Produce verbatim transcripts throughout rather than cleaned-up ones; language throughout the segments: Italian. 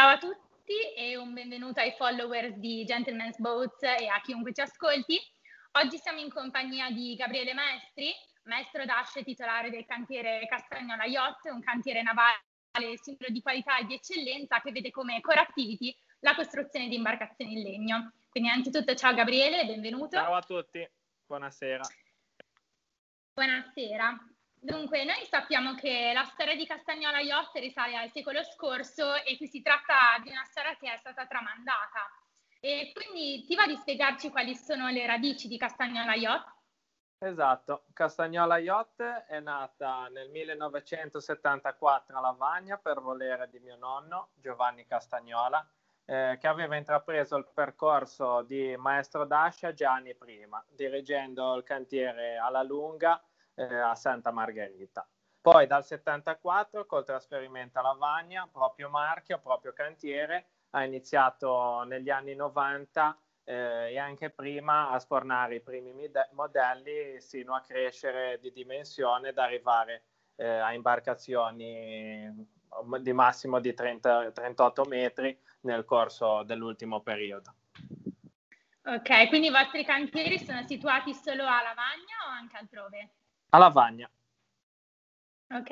Ciao a tutti e un benvenuto ai followers di Gentleman's Boats e a chiunque ci ascolti. Oggi siamo in compagnia di Gabriele Maestri, maestro d'asce titolare del cantiere Castagnola Yacht, un cantiere navale simbolo di qualità e di eccellenza che vede come core activity la costruzione di imbarcazioni in legno. Quindi innanzitutto ciao Gabriele, benvenuto. Ciao a tutti, buonasera. Buonasera. Dunque, noi sappiamo che la storia di Castagnola Yacht risale al secolo scorso e qui si tratta di una storia che è stata tramandata. E quindi ti va di spiegarci quali sono le radici di Castagnola Yacht? Esatto, Castagnola Yacht è nata nel millenovecentosettantaquattro a Lavagna per volere di mio nonno, Giovanni Castagnola, eh, che aveva intrapreso il percorso di maestro d'ascia già anni prima, dirigendo il cantiere alla lunga eh, a Santa Margherita. Poi dal settantaquattro, col trasferimento a Lavagna, proprio marchio, proprio cantiere, ha iniziato negli anni novanta eh, e anche prima a sfornare i primi modelli sino a crescere di dimensione ed arrivare eh, a imbarcazioni di massimo di trenta trentotto metri nel corso dell'ultimo periodo. Ok, quindi i vostri cantieri sono situati solo a Lavagna o anche altrove? A Lavagna. Ok,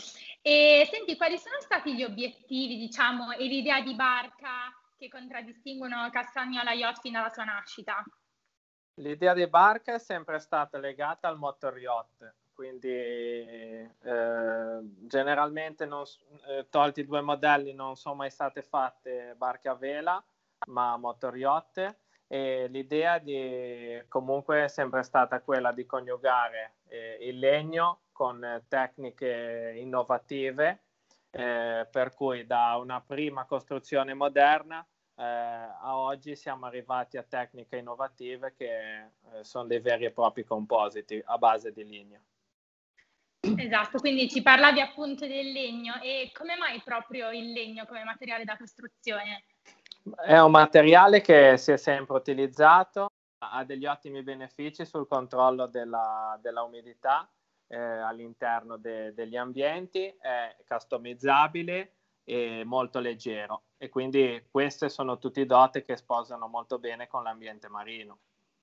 e senti, quali sono stati gli obiettivi, diciamo, e l'idea di barca che contraddistinguono Castagnola Yacht fin dalla sua nascita? L'idea di barca è sempre stata legata al motor yacht, quindi eh, generalmente, non, eh, tolti due modelli, non sono mai state fatte barche a vela, ma motor yacht, e l'idea di, comunque è sempre stata quella di coniugare eh, il legno con eh, tecniche innovative, eh, per cui da una prima costruzione moderna Eh, a oggi siamo arrivati a tecniche innovative che eh, sono dei veri e propri compositi a base di legno. Esatto, quindi ci parlavi appunto del legno, e come mai proprio il legno come materiale da costruzione? È un materiale che si è sempre utilizzato, ha degli ottimi benefici sul controllo della, della umidità eh, all'interno de, degli ambienti, è customizzabile e molto leggero, e quindi queste sono tutti doti che sposano molto bene con l'ambiente marino.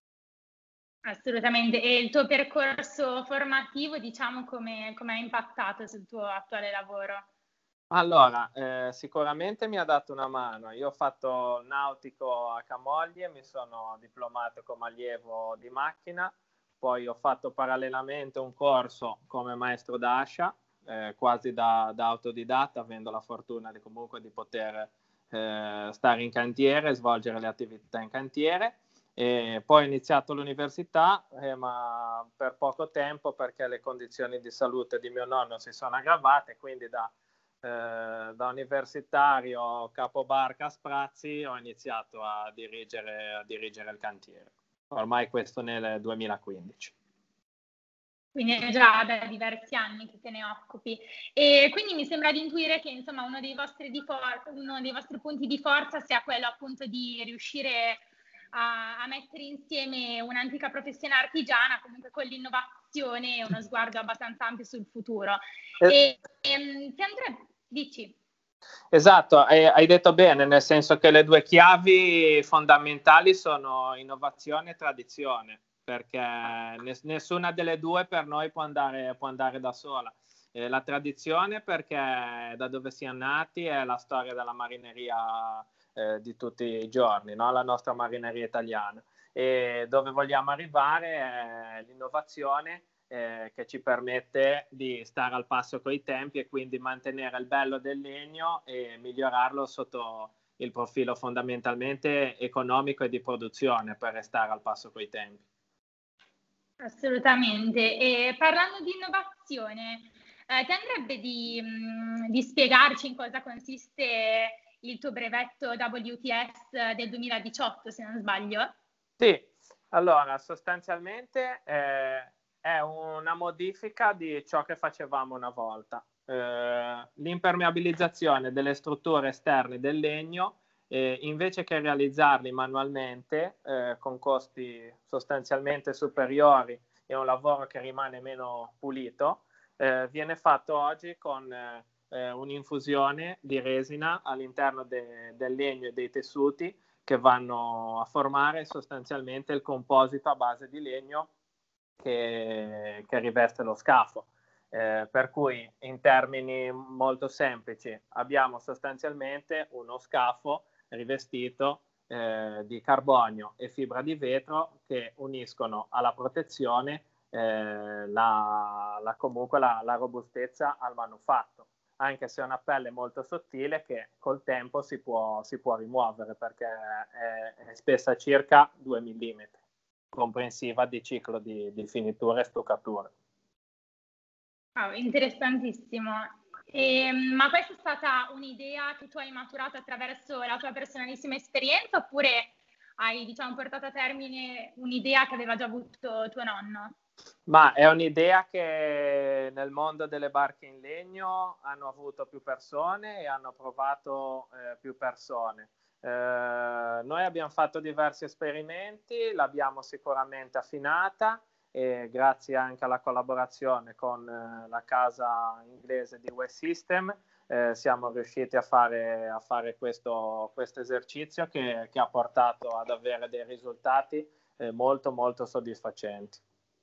Assolutamente. E il tuo percorso formativo, diciamo, come, come ha impattato sul tuo attuale lavoro? Allora, eh, sicuramente mi ha dato una mano. Io ho fatto nautico a Camoglie, mi sono diplomato come allievo di macchina, poi ho fatto parallelamente un corso come maestro d'ascia, eh, quasi da, da autodidatta, avendo la fortuna di, comunque di poter eh, stare in cantiere, svolgere le attività in cantiere. E poi ho iniziato l'università, eh, ma per poco tempo, perché le condizioni di salute di mio nonno si sono aggravate, quindi da Eh, da universitario capobarca a Sprazzi ho iniziato a dirigere, a dirigere il cantiere, ormai questo nel duemilaquindici. Quindi è già da diversi anni che te ne occupi, e quindi mi sembra di intuire che insomma uno dei vostri, di for- uno dei vostri punti di forza sia quello appunto di riuscire a, a mettere insieme un'antica professione artigiana comunque con l'innovazione e uno sguardo abbastanza ampio sul futuro. E, e ti andrebbe, dici? Esatto, hai detto bene, nel senso che le due chiavi fondamentali sono innovazione e tradizione, perché nessuna delle due per noi può andare, può andare da sola. Eh, la tradizione, perché da dove siamo nati, è la storia della marineria eh, di tutti i giorni, no? La nostra marineria italiana. E dove vogliamo arrivare è l'innovazione, Eh, che ci permette di stare al passo coi tempi e quindi mantenere il bello del legno e migliorarlo sotto il profilo fondamentalmente economico e di produzione, per restare al passo coi tempi. Assolutamente. E parlando di innovazione, eh, ti andrebbe di, mh, di spiegarci in cosa consiste il tuo brevetto W T S del duemiladiciotto, se non sbaglio? Sì, allora sostanzialmente eh, è una modifica di ciò che facevamo una volta. Eh, l'impermeabilizzazione delle strutture esterne del legno, eh, invece che realizzarli manualmente eh, con costi sostanzialmente superiori e un lavoro che rimane meno pulito, eh, viene fatto oggi con eh, eh, un'infusione di resina all'interno de- del legno e dei tessuti che vanno a formare sostanzialmente il composito a base di legno che, che riveste lo scafo. Eh, per cui in termini molto semplici abbiamo sostanzialmente uno scafo rivestito eh, di carbonio e fibra di vetro che uniscono alla protezione eh, la, la, comunque la, la robustezza al manufatto, anche se è una pelle molto sottile che col tempo si può, si può rimuovere perché è, è spessa circa due millimetri, comprensiva di ciclo di, di finitura e stuccatura. Oh, interessantissimo. E, ma questa è stata un'idea che tu hai maturato attraverso la tua personalissima esperienza oppure hai, diciamo, portato a termine un'idea che aveva già avuto tuo nonno? Ma è un'idea che nel mondo delle barche in legno hanno avuto più persone e hanno provato eh, più persone. Eh, noi abbiamo fatto diversi esperimenti, l'abbiamo sicuramente affinata e grazie anche alla collaborazione con eh, la casa inglese di West System eh, siamo riusciti a fare, a fare questo, questo esercizio che, che ha portato ad avere dei risultati eh, molto molto soddisfacenti.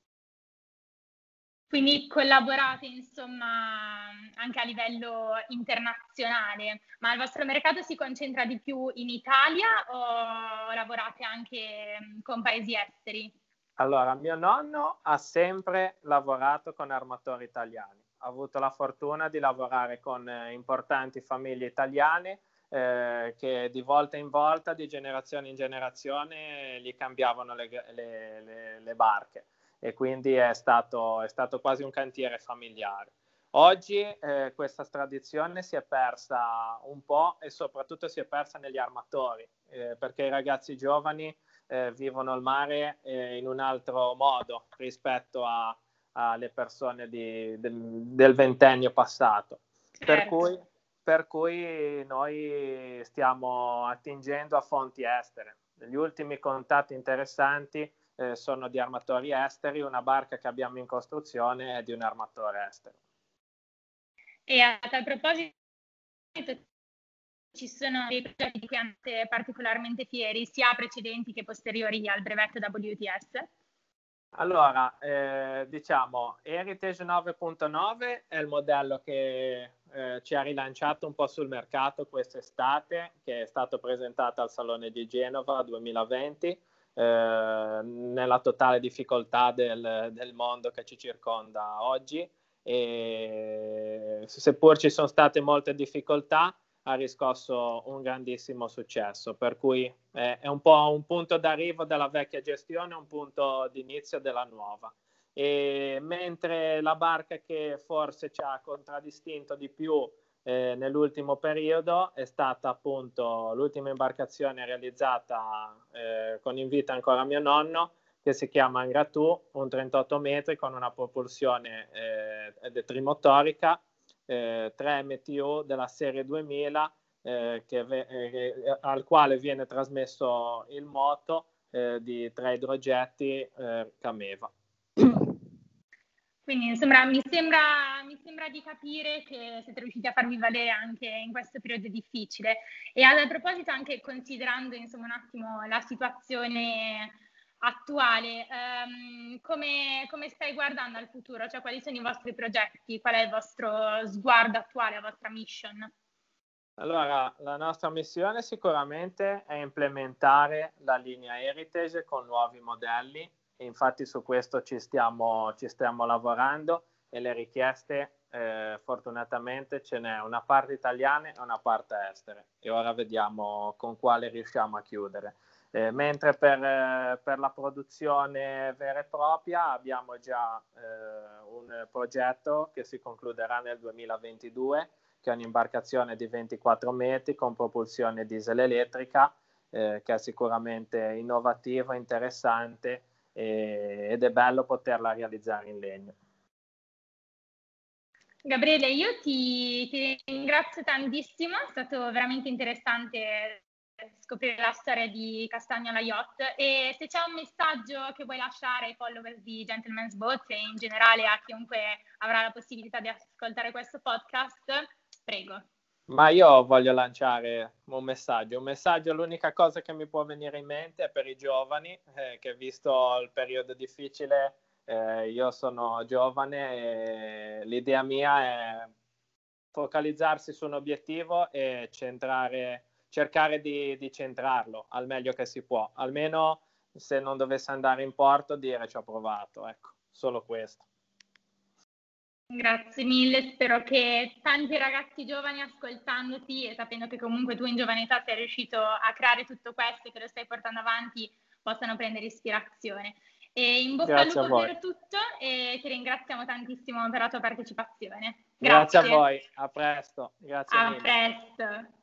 Quindi collaborate, insomma, anche a livello internazionale, ma il vostro mercato si concentra di più in Italia o lavorate anche con paesi esteri? Allora, mio nonno ha sempre lavorato con armatori italiani. Ha avuto la fortuna di lavorare con eh, importanti famiglie italiane eh, che di volta in volta, di generazione in generazione, gli cambiavano le, le, le, le barche e quindi è stato, è stato quasi un cantiere familiare. Oggi eh, questa tradizione si è persa un po' e soprattutto si è persa negli armatori, eh, perché i ragazzi giovani eh, vivono il mare eh, in un altro modo rispetto a, alle persone di, del, del ventennio passato. Certo. Per cui, per cui noi stiamo attingendo a fonti estere. Gli ultimi contatti interessanti eh, sono di armatori esteri, una barca che abbiamo in costruzione è di un armatore estero. E a tal proposito ci sono dei progetti di cui siete particolarmente fieri, sia precedenti che posteriori al brevetto W T S? Allora, eh, diciamo, Heritage nove punto nove è il modello che eh, ci ha rilanciato un po' sul mercato quest'estate, che è stato presentato al Salone di Genova duemilaventi, eh, nella totale difficoltà del, del mondo che ci circonda oggi. E seppur ci sono state molte difficoltà, ha riscosso un grandissimo successo, per cui eh, è un po' un punto d'arrivo della vecchia gestione, un punto d'inizio della nuova. E mentre la barca che forse ci ha contraddistinto di più eh, nell'ultimo periodo è stata appunto l'ultima imbarcazione realizzata eh, con invito ancora a mio nonno, che si chiama Angatu, un trentotto metri con una propulsione eh, trimotorica, Eh, tre M T O della serie duemila eh, che, eh, al quale viene trasmesso il moto eh, di tre idrogetti eh, Cameva. Quindi insomma, mi, sembra, mi sembra di capire che siete riusciti a farvi valere anche in questo periodo difficile. E a proposito, anche considerando insomma, un attimo la situazione attuale, um, come, come stai guardando al futuro? Cioè, quali sono i vostri progetti? Qual è il vostro sguardo attuale, la vostra mission? Allora, la nostra missione sicuramente è implementare la linea Heritage con nuovi modelli e infatti su questo ci stiamo, ci stiamo lavorando e le richieste eh, fortunatamente ce n'è una parte italiana e una parte estere e ora vediamo con quale riusciamo a chiudere. Eh, mentre per, eh, per la produzione vera e propria abbiamo già eh, un progetto che si concluderà nel duemilaventidue, che è un'imbarcazione di ventiquattro metri con propulsione diesel elettrica, eh, che è sicuramente innovativa, interessante eh, ed è bello poterla realizzare in legno. Gabriele, io ti, ti ringrazio tantissimo, è stato veramente interessante scoprire la storia di Castagnola Yacht. E se c'è un messaggio che vuoi lasciare ai followers di Gentleman's Boats e in generale a chiunque avrà la possibilità di ascoltare questo podcast, prego. Ma io voglio lanciare un messaggio. Un messaggio, l'unica cosa che mi può venire in mente è per i giovani, eh, che visto il periodo difficile, eh, io sono giovane e l'idea mia è focalizzarsi su un obiettivo e centrare, cercare di, di centrarlo al meglio che si può. Almeno se non dovesse andare in porto, dire ci ho provato, ecco, solo questo. Grazie mille, spero che tanti ragazzi giovani ascoltandoti e sapendo che comunque tu in giovane età sei riuscito a creare tutto questo e che lo stai portando avanti possano prendere ispirazione. E in bocca al lupo per tutto e ti ringraziamo tantissimo per la tua partecipazione. Grazie, Grazie a voi, a presto. Grazie a mille. presto.